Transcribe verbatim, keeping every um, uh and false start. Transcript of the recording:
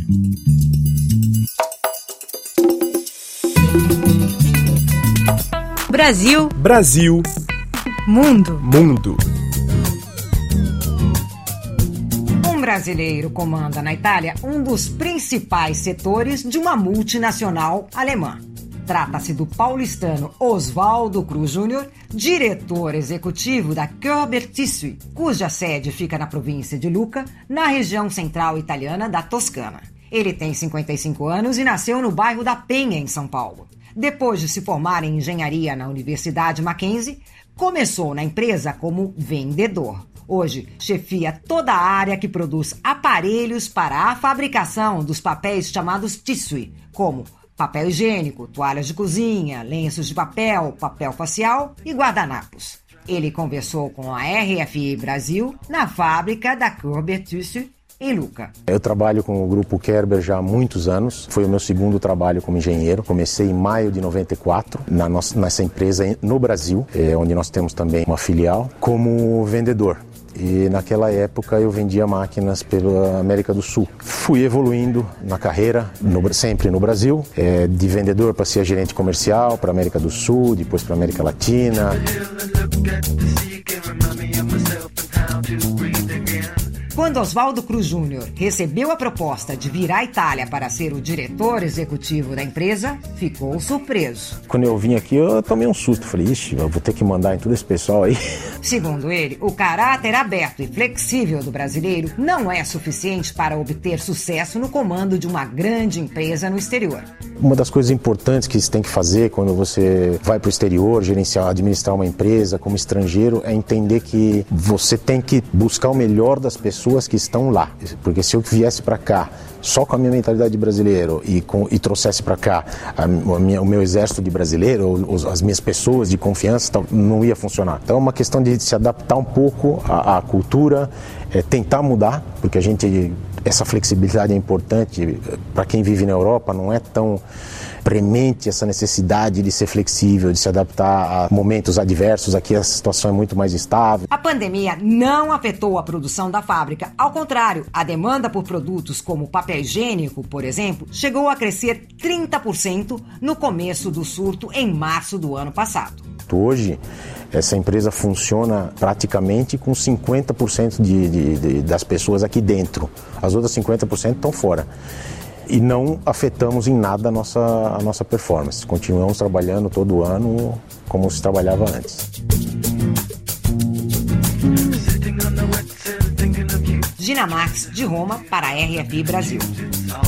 Brasil. Brasil. Mundo. Mundo. Um brasileiro comanda na Itália um dos principais setores de uma multinacional alemã. Trata-se do paulistano Oswaldo Cruz Júnior, diretor executivo da Körber Tissue, cuja sede fica na província de Lucca, na região central italiana da Toscana. Ele tem cinquenta e cinco anos e nasceu no bairro da Penha, em São Paulo. Depois de se formar em engenharia na Universidade Mackenzie, começou na empresa como vendedor. Hoje, chefia toda a área que produz aparelhos para a fabricação dos papéis chamados tissue, como papel higiênico, toalhas de cozinha, lenços de papel, papel facial e guardanapos. Ele conversou com a R F I Brasil na fábrica da Körber Tissue, em Lucca. Eu trabalho com o grupo Körber já há muitos anos. Foi o meu segundo trabalho como engenheiro. Comecei em maio de noventa e quatro na nossa, nessa empresa no Brasil, é, onde nós temos também uma filial, como vendedor. E naquela época eu vendia máquinas pela América do Sul. Fui evoluindo na carreira, no, sempre no Brasil, é, de vendedor para ser gerente comercial para a América do Sul, depois para a América Latina. Quando Oswaldo Cruz Júnior recebeu a proposta de vir à Itália para ser o diretor executivo da empresa, ficou surpreso. Quando eu vim aqui, eu tomei um susto. Falei, ixi, eu vou ter que mandar em todo esse pessoal aí. Segundo ele, o caráter aberto e flexível do brasileiro não é suficiente para obter sucesso no comando de uma grande empresa no exterior. Uma das coisas importantes que você tem que fazer quando você vai para o exterior, gerenciar, administrar uma empresa como estrangeiro, é entender que você tem que buscar o melhor das pessoas que estão lá. Porque se eu viesse para cá só com a minha mentalidade de brasileiro e, com, e trouxesse para cá a, a minha, o meu exército de brasileiro, ou, as minhas pessoas de confiança, tal, não ia funcionar. Então é uma questão de se adaptar um pouco à, à cultura, é, tentar mudar, porque a gente, essa flexibilidade é importante para quem vive na Europa, não é tão premente essa necessidade de ser flexível, de se adaptar a momentos adversos. Aqui a situação é muito mais estável. A pandemia não afetou a produção da fábrica. Ao contrário, a demanda por produtos como papel higiênico, por exemplo, chegou a crescer trinta por cento no começo do surto em março do ano passado. Hoje, essa empresa funciona praticamente com cinquenta por cento de, de, de, das pessoas aqui dentro. As outras cinquenta por cento estão fora. E não afetamos em nada a nossa, a nossa performance. Continuamos trabalhando todo ano como se trabalhava antes. Gina Marques, de Roma, para a R F I Brasil.